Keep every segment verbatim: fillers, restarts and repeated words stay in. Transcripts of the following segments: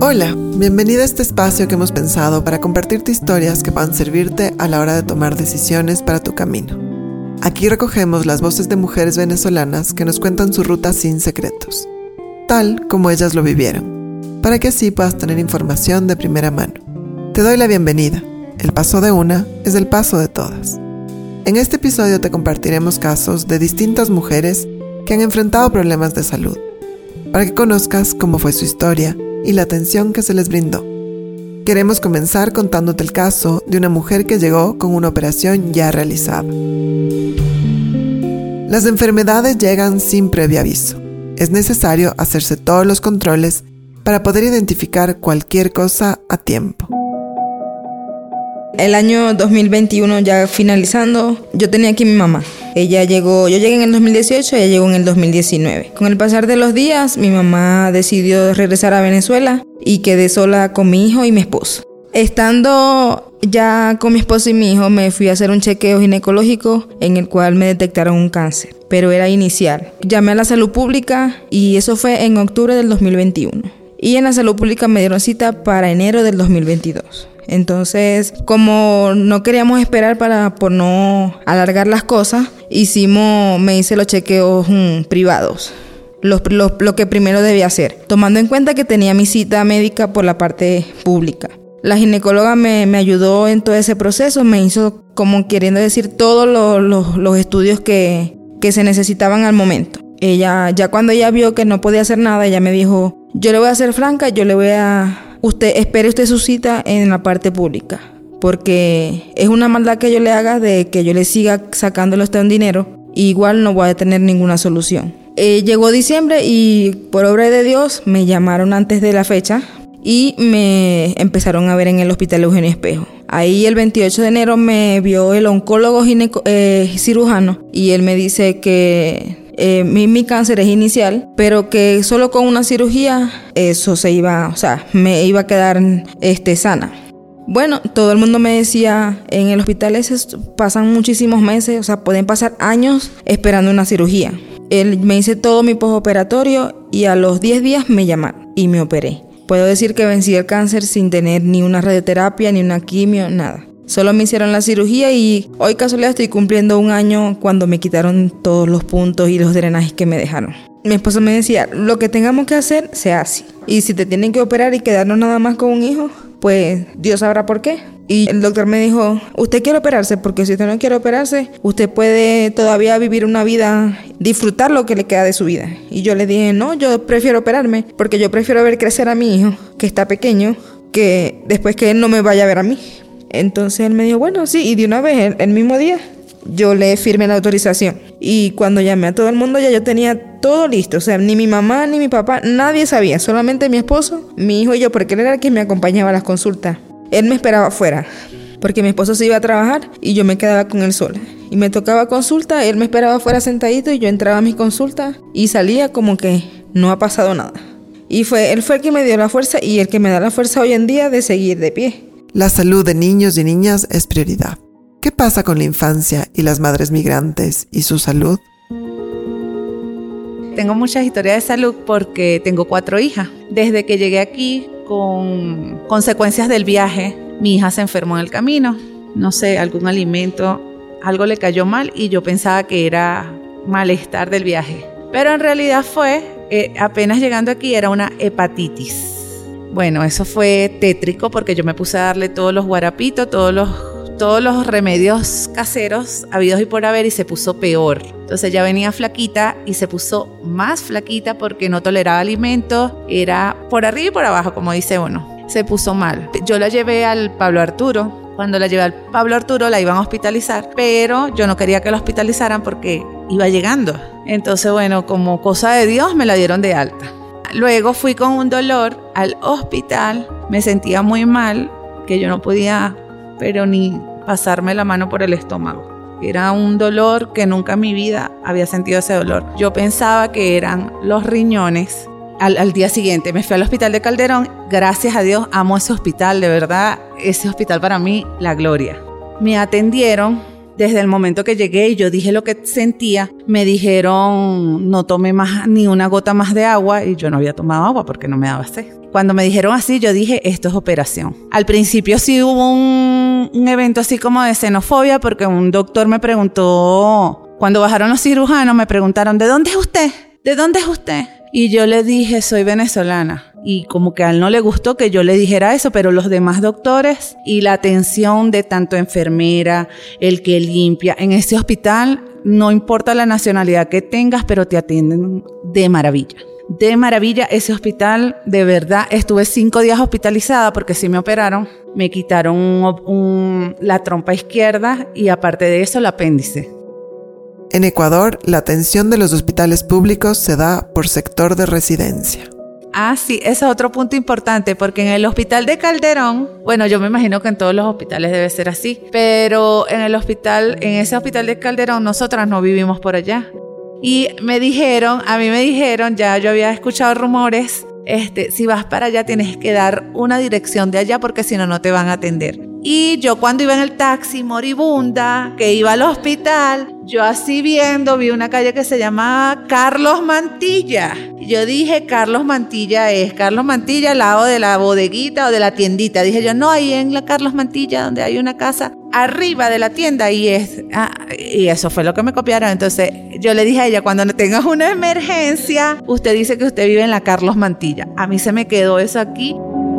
Hola, bienvenida a este espacio que hemos pensado para compartirte historias que puedan servirte a la hora de tomar decisiones para tu camino. Aquí recogemos las voces de mujeres venezolanas que nos cuentan su ruta sin secretos, tal como ellas lo vivieron, para que así puedas tener información de primera mano. Te doy la bienvenida. El paso de una es el paso de todas. En este episodio te compartiremos casos de distintas mujeres que han enfrentado problemas de salud, para que conozcas cómo fue su historia y la atención que se les brindó. Queremos comenzar contándote el caso de una mujer que llegó con una operación ya realizada. Las enfermedades llegan sin previo aviso. Es necesario hacerse todos los controles para poder identificar cualquier cosa a tiempo. El año dos mil veintiuno ya finalizando, yo tenía aquí a mi mamá. Ella llegó, yo llegué en el dos mil dieciocho, ella llegó en el dos mil diecinueve. Con el pasar de los días, mi mamá decidió regresar a Venezuela y quedé sola con mi hijo y mi esposo. Estando ya con mi esposo y mi hijo, me fui a hacer un chequeo ginecológico en el cual me detectaron un cáncer, pero era inicial. Llamé a la salud pública y eso fue en octubre del dos mil veintiuno. Y en la salud pública me dieron cita para enero del dos mil veintidós. Entonces, como no queríamos esperar para por no alargar las cosas, hicimos, me hice los chequeos mmm, privados, lo, lo, lo que primero debía hacer, tomando en cuenta que tenía mi cita médica por la parte pública. La ginecóloga me, me ayudó en todo ese proceso, me hizo como queriendo decir todos los, los, los estudios que, que se necesitaban al momento. Ella, ya cuando ella vio que no podía hacer nada, ella me dijo, yo le voy a ser franca, yo le voy a... Usted, espere usted su cita en la parte pública, porque es una maldad que yo le haga de que yo le siga sacándole a usted un dinero, y igual no voy a tener ninguna solución. Eh, llegó diciembre y por obra de Dios me llamaron antes de la fecha y me empezaron a ver en el hospital Eugenio Espejo. Ahí el veintiocho de enero me vio el oncólogo gineco, eh, cirujano y él me dice que... Eh, mi, mi cáncer es inicial, pero que solo con una cirugía eso se iba, o sea, me iba a quedar este, sana. Bueno, todo el mundo me decía, en el hospital ese pasan muchísimos meses, o sea, pueden pasar años esperando una cirugía. Él me hice todo mi postoperatorio y a los diez días me llamaron y me operé. Puedo decir que vencí el cáncer sin tener ni una radioterapia, ni una quimio, nada. Solo me hicieron la cirugía y hoy casualidad estoy cumpliendo un año cuando me quitaron todos los puntos y los drenajes que me dejaron. Mi esposo me decía, lo que tengamos que hacer, se hace. Y si te tienen que operar y quedarnos nada más con un hijo, pues Dios sabrá por qué. Y el doctor me dijo, usted quiere operarse, porque si usted no quiere operarse, usted puede todavía vivir una vida, disfrutar lo que le queda de su vida. Y yo le dije, no, yo prefiero operarme, porque yo prefiero ver crecer a mi hijo, que está pequeño, que después que él no me vaya a ver a mí. Entonces él me dijo, bueno, sí, y de una vez, el, el mismo día, yo le firmé la autorización. Y cuando llamé a todo el mundo, ya yo tenía todo listo. O sea, ni mi mamá, ni mi papá, nadie sabía. Solamente mi esposo, mi hijo y yo, porque él era el que me acompañaba a las consultas. Él me esperaba afuera, porque mi esposo se iba a trabajar y yo me quedaba con él sola. Y me tocaba consulta, él me esperaba afuera sentadito y yo entraba a mis consultas y salía como que no ha pasado nada. Y fue él fue el que me dio la fuerza y el que me da la fuerza hoy en día de seguir de pie. La salud de niños y niñas es prioridad. ¿Qué pasa con la infancia y las madres migrantes y su salud? Tengo muchas historias de salud porque tengo cuatro hijas. Desde que llegué aquí con consecuencias del viaje, mi hija se enfermó en el camino. No sé, algún alimento, algo le cayó mal y yo pensaba que era malestar del viaje. Pero en realidad fue, eh, apenas llegando aquí, era una hepatitis. Bueno, eso fue tétrico porque yo me puse a darle todos los guarapitos, todos los, todos los remedios caseros habidos y por haber y se puso peor. Entonces ya venía flaquita y se puso más flaquita porque no toleraba alimentos, era por arriba y por abajo, como dice uno. Se puso mal. Yo la llevé al Pablo Arturo. Cuando la llevé al Pablo Arturo la iban a hospitalizar, pero yo no quería que la hospitalizaran porque iba llegando. Entonces, bueno, como cosa de Dios me la dieron de alta. Luego fui con un dolor al hospital, me sentía muy mal, que yo no podía, pero ni pasarme la mano por el estómago. Era un dolor que nunca en mi vida había sentido ese dolor. Yo pensaba que eran los riñones. Al, al día siguiente me fui al hospital de Calderón. Gracias a Dios, amo ese hospital, de verdad, ese hospital para mí, la gloria. Me atendieron Desde el momento que llegué y yo dije lo que sentía, me dijeron no tome más ni una gota más de agua y yo no había tomado agua porque no me daba sed. Cuando me dijeron así, yo dije, esto es operación. Al principio sí hubo un, un evento así como de xenofobia porque un doctor me preguntó, cuando bajaron los cirujanos me preguntaron, ¿de dónde es usted? ¿De dónde es usted? Y yo le dije, soy venezolana. Y como que a él no le gustó que yo le dijera eso, pero los demás doctores y la atención de tanto enfermera, el que limpia, en ese hospital, no importa la nacionalidad que tengas, pero te atienden de maravilla. De maravilla, ese hospital, de verdad, estuve cinco días hospitalizada porque sí me operaron. Me quitaron un, un, la trompa izquierda y aparte de eso, el apéndice. En Ecuador, la atención de los hospitales públicos se da por sector de residencia. Ah, sí, ese es otro punto importante, porque en el hospital de Calderón, bueno, yo me imagino que en todos los hospitales debe ser así, pero en el hospital, en ese hospital de Calderón, nosotras no vivimos por allá. Y me dijeron, a mí me dijeron, ya yo había escuchado rumores, este, si vas para allá tienes que dar una dirección de allá porque si no, no te van a atender. Y yo cuando iba en el taxi moribunda, que iba al hospital, yo así viendo, vi una calle que se llama Carlos Mantilla. Y yo dije, Carlos Mantilla es, Carlos Mantilla al lado de la bodeguita o de la tiendita. Dije yo, no, ahí en la Carlos Mantilla, donde hay una casa, arriba de la tienda, y es. Ah, y eso fue lo que me copiaron. Entonces yo le dije a ella, cuando tengas una emergencia, usted dice que usted vive en la Carlos Mantilla. A mí se me quedó eso aquí.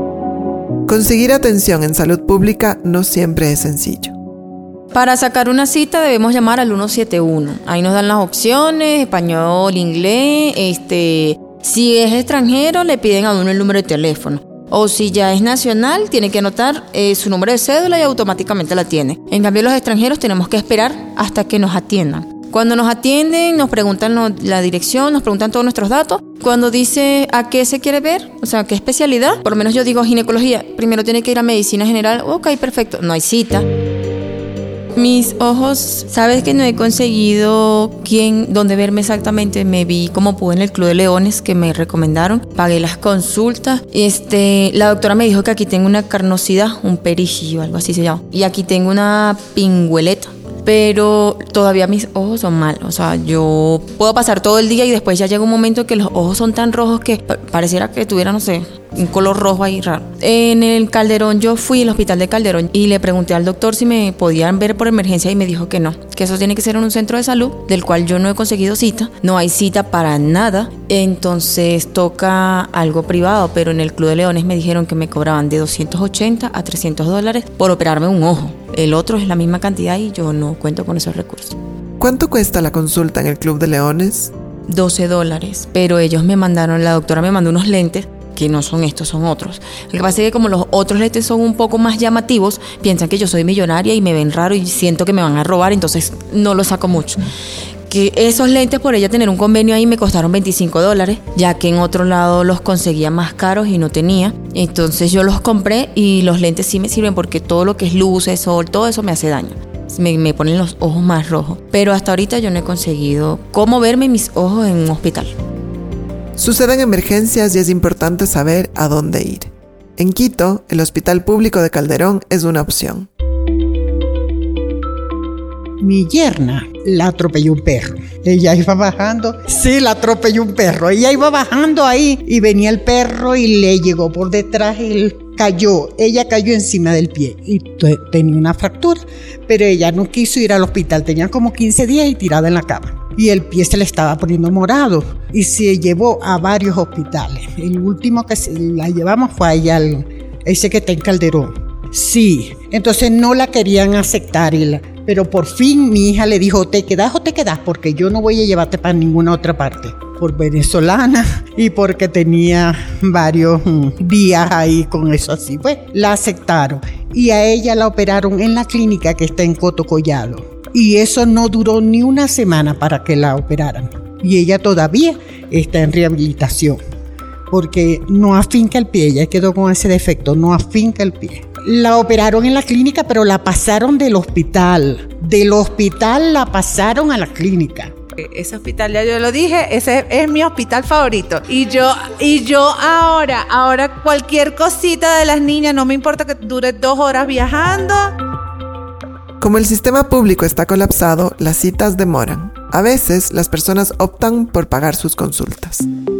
Conseguir atención en salud pública no siempre es sencillo. Para sacar una cita debemos llamar al uno siete uno. Ahí nos dan las opciones, español, inglés. Este, si es extranjero, le piden a uno el número de teléfono. O si ya es nacional, tiene que anotar eh, su número de cédula y automáticamente la tiene. En cambio, los extranjeros tenemos que esperar hasta que nos atiendan. Cuando nos atienden, nos preguntan lo, la dirección, nos preguntan todos nuestros datos. Cuando dice a qué se quiere ver, o sea, qué especialidad, por lo menos yo digo ginecología, primero tiene que ir a medicina general. Ok, perfecto, no hay cita. Mis ojos, sabes que no he conseguido quién, dónde verme exactamente. Me vi como pude en el Club de Leones que me recomendaron. Pagué las consultas. Este, la doctora me dijo que aquí tengo una carnosidad, un perigillo, algo así se llama. Y aquí tengo una pingüeleta. Pero todavía mis ojos son malos. O sea, yo puedo pasar todo el día y después ya llega un momento que los ojos son tan rojos que pareciera que tuviera, no sé, un color rojo ahí raro. En el Calderón, yo fui al hospital de Calderón y le pregunté al doctor si me podían ver por emergencia y me dijo que no, que eso tiene que ser en un centro de salud, del cual yo no he conseguido cita. No hay cita para nada, entonces toca algo privado, pero en el Club de Leones me dijeron que me cobraban de doscientos ochenta a trescientos dólares por operarme un ojo. El otro es la misma cantidad y yo no cuento con esos recursos. ¿Cuánto cuesta la consulta en el Club de Leones? doce dólares, pero ellos me mandaron, la doctora me mandó unos lentes que no son estos, son otros. Lo que pasa es que como los otros lentes son un poco más llamativos, piensan que yo soy millonaria y me ven raro y siento que me van a robar, entonces no lo saco mucho. Que esos lentes, por ella tener un convenio ahí, me costaron veinticinco dólares, ya que en otro lado los conseguía más caros y no tenía. Entonces yo los compré y los lentes sí me sirven porque todo lo que es luces, sol, todo eso me hace daño. Me, me ponen los ojos más rojos. Pero hasta ahorita yo no he conseguido cómo verme mis ojos en un hospital. Suceden emergencias y es importante saber a dónde ir. En Quito, el Hospital Público de Calderón es una opción. Mi yerna la atropelló un perro. Ella iba bajando, sí, la atropelló un perro. Ella iba bajando ahí y venía el perro y le llegó por detrás y él cayó. Ella cayó encima del pie y t- tenía una fractura, pero ella no quiso ir al hospital. Tenía como quince días y tirada en la cama. Y el pie se le estaba poniendo morado y se llevó a varios hospitales. El último que se la llevamos fue allá, al, ese que está en Calderón. Sí, entonces no la querían aceptar, y la, pero por fin mi hija le dijo, ¿te quedas o te quedas? Porque yo no voy a llevarte para ninguna otra parte. Por venezolana y porque tenía varios mm, días ahí con eso así. Pues la aceptaron y a ella la operaron en la clínica que está en Coto Collado. Y eso no duró ni una semana para que la operaran. Y ella todavía está en rehabilitación. Porque no afinca el pie, ella quedó con ese defecto, no afinca el pie. La operaron en la clínica, pero la pasaron del hospital. Del hospital la pasaron a la clínica. Ese hospital, ya yo lo dije, ese es mi hospital favorito. Y yo, y yo ahora, ahora cualquier cosita de las niñas, no me importa que dure dos horas viajando, Como el sistema público está colapsado, las citas demoran. A veces, las personas optan por pagar sus consultas.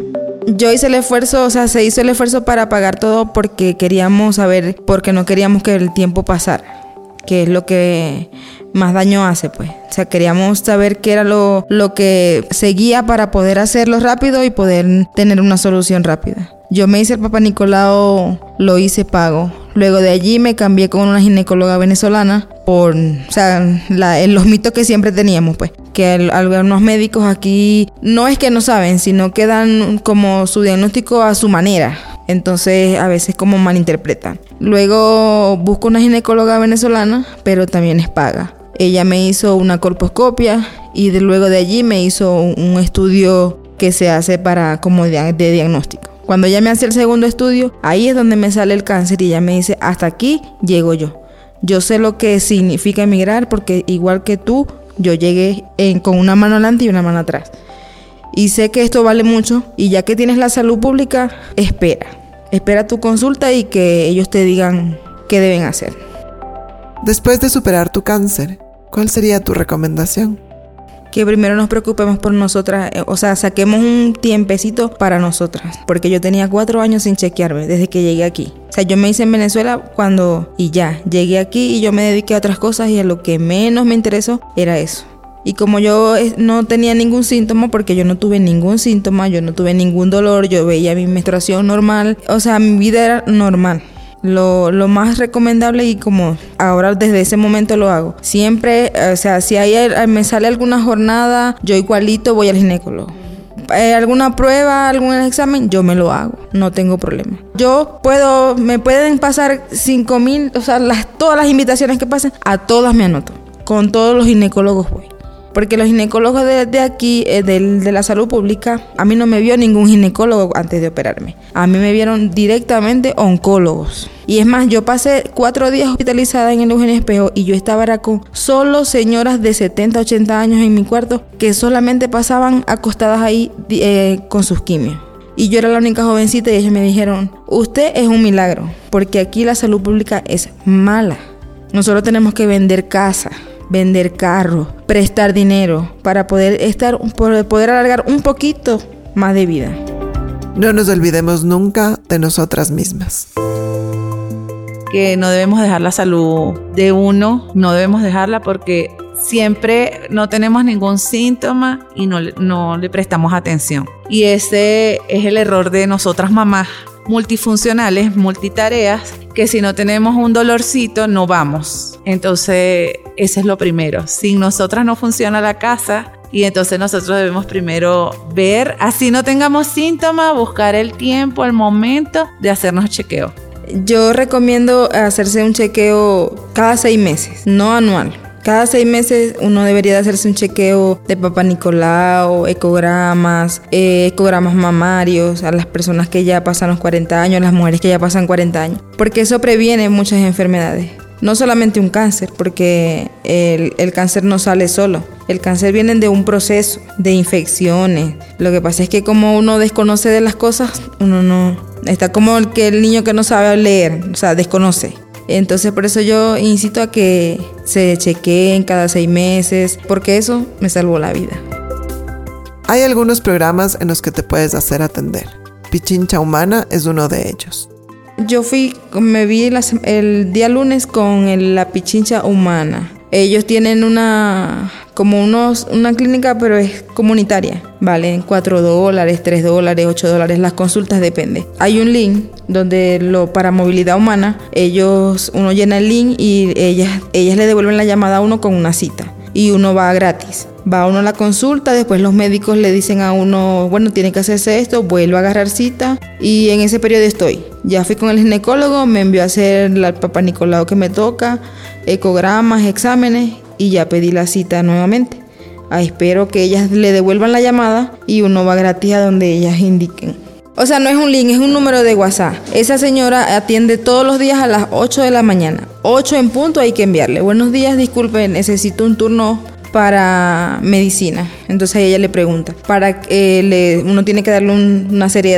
Yo hice el esfuerzo, o sea, se hizo el esfuerzo para pagar todo porque queríamos saber, porque no queríamos que el tiempo pasara, que es lo que más daño hace, pues. O sea, queríamos saber qué era lo, lo que seguía para poder hacerlo rápido y poder tener una solución rápida. Yo me hice el Papá Nicolau, lo hice pago. Luego de allí me cambié con una ginecóloga venezolana por, o sea, la, los mitos que siempre teníamos, pues. Que el, algunos médicos aquí no es que no saben, sino que dan como su diagnóstico a su manera. Entonces a veces como malinterpretan. Luego busco una ginecóloga venezolana, pero también es paga. Ella me hizo una colposcopia y de, luego de allí me hizo un, un estudio que se hace para como de, de diagnóstico. Cuando ella me hace el segundo estudio, ahí es donde me sale el cáncer y ella me dice, hasta aquí llego yo. Yo sé lo que significa emigrar porque igual que tú, yo llegué en, con una mano adelante y una mano atrás. Y sé que esto vale mucho y ya que tienes la salud pública, espera. Espera tu consulta y que ellos te digan qué deben hacer. Después de superar tu cáncer, ¿cuál sería tu recomendación? Que primero nos preocupemos por nosotras, o sea, saquemos un tiempecito para nosotras. Porque yo tenía cuatro años sin chequearme desde que llegué aquí. O sea, yo me hice en Venezuela cuando, y ya, llegué aquí y yo me dediqué a otras cosas y a lo que menos me interesó era eso. Y como yo no tenía ningún síntoma, porque yo no tuve ningún síntoma, yo no tuve ningún dolor, yo veía mi menstruación normal, o sea, mi vida era normal. Lo, lo más recomendable y como ahora desde ese momento lo hago. Siempre, o sea, si hay, me sale alguna jornada, yo igualito voy al ginecólogo. Eh, alguna prueba, algún examen, yo me lo hago, no tengo problema. Yo puedo, me pueden pasar cinco mil, o sea, las, todas las invitaciones que pasen, a todas me anoto. Con todos los ginecólogos voy. Porque los ginecólogos de, de aquí, eh, de, de la salud pública, a mí no me vio ningún ginecólogo antes de operarme. A mí me vieron directamente oncólogos. Y es más, yo pasé cuatro días hospitalizada en el Eugenio Espejo y yo estaba era con solo señoras de setenta, ochenta años en mi cuarto que solamente pasaban acostadas ahí eh, con sus quimios. Y yo era la única jovencita y ellos me dijeron, usted es un milagro, porque aquí la salud pública es mala. Nosotros tenemos que vender casa, vender carro, prestar dinero para poder estar, poder alargar un poquito más de vida. No nos olvidemos nunca de nosotras mismas. Que no debemos dejar la salud de uno, no debemos dejarla porque siempre no tenemos ningún síntoma y no, no le prestamos atención. Y ese es el error de nosotras mamás multifuncionales, multitareas, que si no tenemos un dolorcito no vamos. Entonces eso es lo primero. Sin nosotras no funciona la casa y entonces nosotros debemos primero ver, así no tengamos síntomas, buscar el tiempo, el momento de hacernos chequeo. Yo recomiendo hacerse un chequeo cada seis meses, no anual. Cada seis meses uno debería de hacerse un chequeo de Papá Nicolau, ecogramas, eh, ecogramas mamarios a las personas que ya pasan los cuarenta años, las mujeres que ya pasan cuarenta años, porque eso previene muchas enfermedades. No solamente un cáncer, porque el, el cáncer no sale solo. El cáncer viene de un proceso de infecciones. Lo que pasa es que como uno desconoce de las cosas, uno no... Está como el, que el niño que no sabe leer, o sea, desconoce. Entonces por eso yo incito a que se chequeen cada seis meses, porque eso me salvó la vida. Hay algunos programas en los que te puedes hacer atender. Pichincha Humana es uno de ellos. Yo fui, me vi la, el día lunes con el, la Pichincha Humana. Ellos tienen una, como unos, una clínica, pero es comunitaria. Valen cuatro dólares, tres dólares, ocho dólares. Las consultas depende. Hay un link donde lo para movilidad humana, ellos, uno llena el link y ellas, ellas le devuelven la llamada a uno con una cita. Y uno va gratis. Va uno a la consulta, después los médicos le dicen a uno, bueno, tiene que hacerse esto, vuelve a agarrar cita y en ese periodo estoy. Ya fui con el ginecólogo, me envió a hacer el Papá Nicolau que me toca, ecogramas, exámenes y ya pedí la cita nuevamente. Ah, espero que ellas le devuelvan la llamada y uno va gratis a donde ellas indiquen. O sea, no es un link, es un número de WhatsApp. Esa señora atiende todos los días a las ocho de la mañana. ocho en punto hay que enviarle. Buenos días, disculpe, necesito un turno para medicina. Entonces ella le pregunta, para eh, le, uno tiene que darle un, una serie de datos.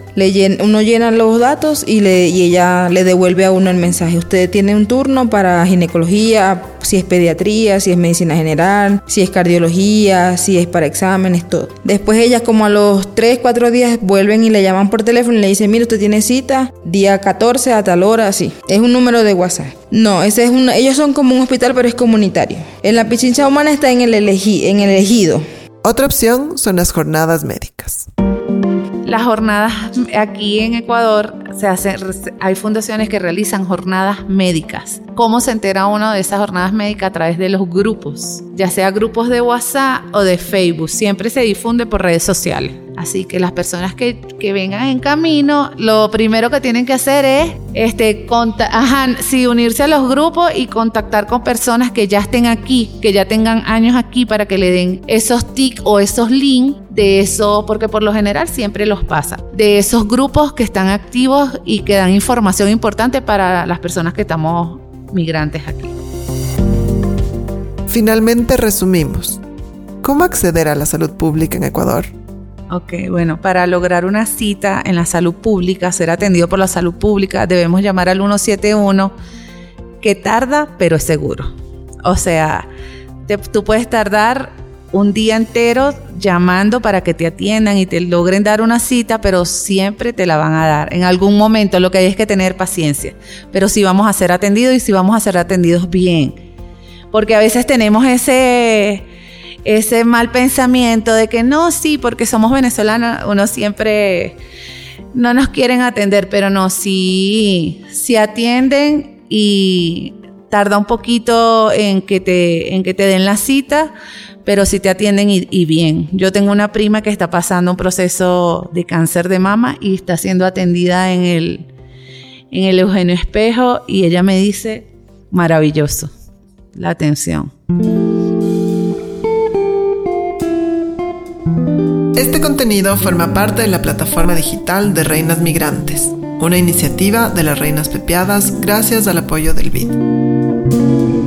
Le llen- uno llena los datos y, le, y ella le devuelve a uno el mensaje. Usted tiene un turno para ginecología, si es pediatría, si es medicina general, si es cardiología, si es para exámenes, todo. Después ellas como a los tres, cuatro días vuelven y le llaman por teléfono y le dicen, mire, usted tiene cita día catorce a tal hora, así. Es un número de WhatsApp. No, ese es un, ellos son como un hospital, pero es comunitario. En la Pichincha Humana está en el, elegi, en el ejido. Otra opción son las jornadas médicas. Las jornadas aquí en Ecuador se hacen, hay fundaciones que realizan jornadas médicas. ¿Cómo se entera uno de esas jornadas médicas? A través de los grupos, ya sea grupos de WhatsApp o de Facebook. Siempre se difunde por redes sociales. Así que las personas que, que vengan en camino, lo primero que tienen que hacer es este, conta- ajá, sí, unirse a los grupos y contactar con personas que ya estén aquí, que ya tengan años aquí, para que le den esos tics o esos links de eso, porque por lo general siempre los pasa, de esos grupos que están activos y que dan información importante para las personas que estamos migrantes aquí. Finalmente resumimos. ¿Cómo acceder a la salud pública en Ecuador? Ok, bueno, para lograr una cita en la salud pública, ser atendido por la salud pública, debemos llamar al uno siete uno, que tarda, pero es seguro. O sea, te, tú puedes tardar un día entero llamando para que te atiendan y te logren dar una cita, pero siempre te la van a dar. En algún momento lo que hay es que tener paciencia, pero sí vamos a ser atendidos y sí vamos a ser atendidos bien. Porque a veces tenemos ese... ese mal pensamiento de que no, sí, porque somos venezolanos, uno siempre no nos quieren atender, pero no, sí, sí atienden y tarda un poquito en que te, en que te den la cita, pero sí te atienden y, y bien. Yo tengo una prima que está pasando un proceso de cáncer de mama y está siendo atendida en el, en el Eugenio Espejo y ella me dice, maravilloso, la atención. Este contenido forma parte de la plataforma digital de Reinas Migrantes, una iniciativa de las Reinas Pepiadas gracias al apoyo del B I D.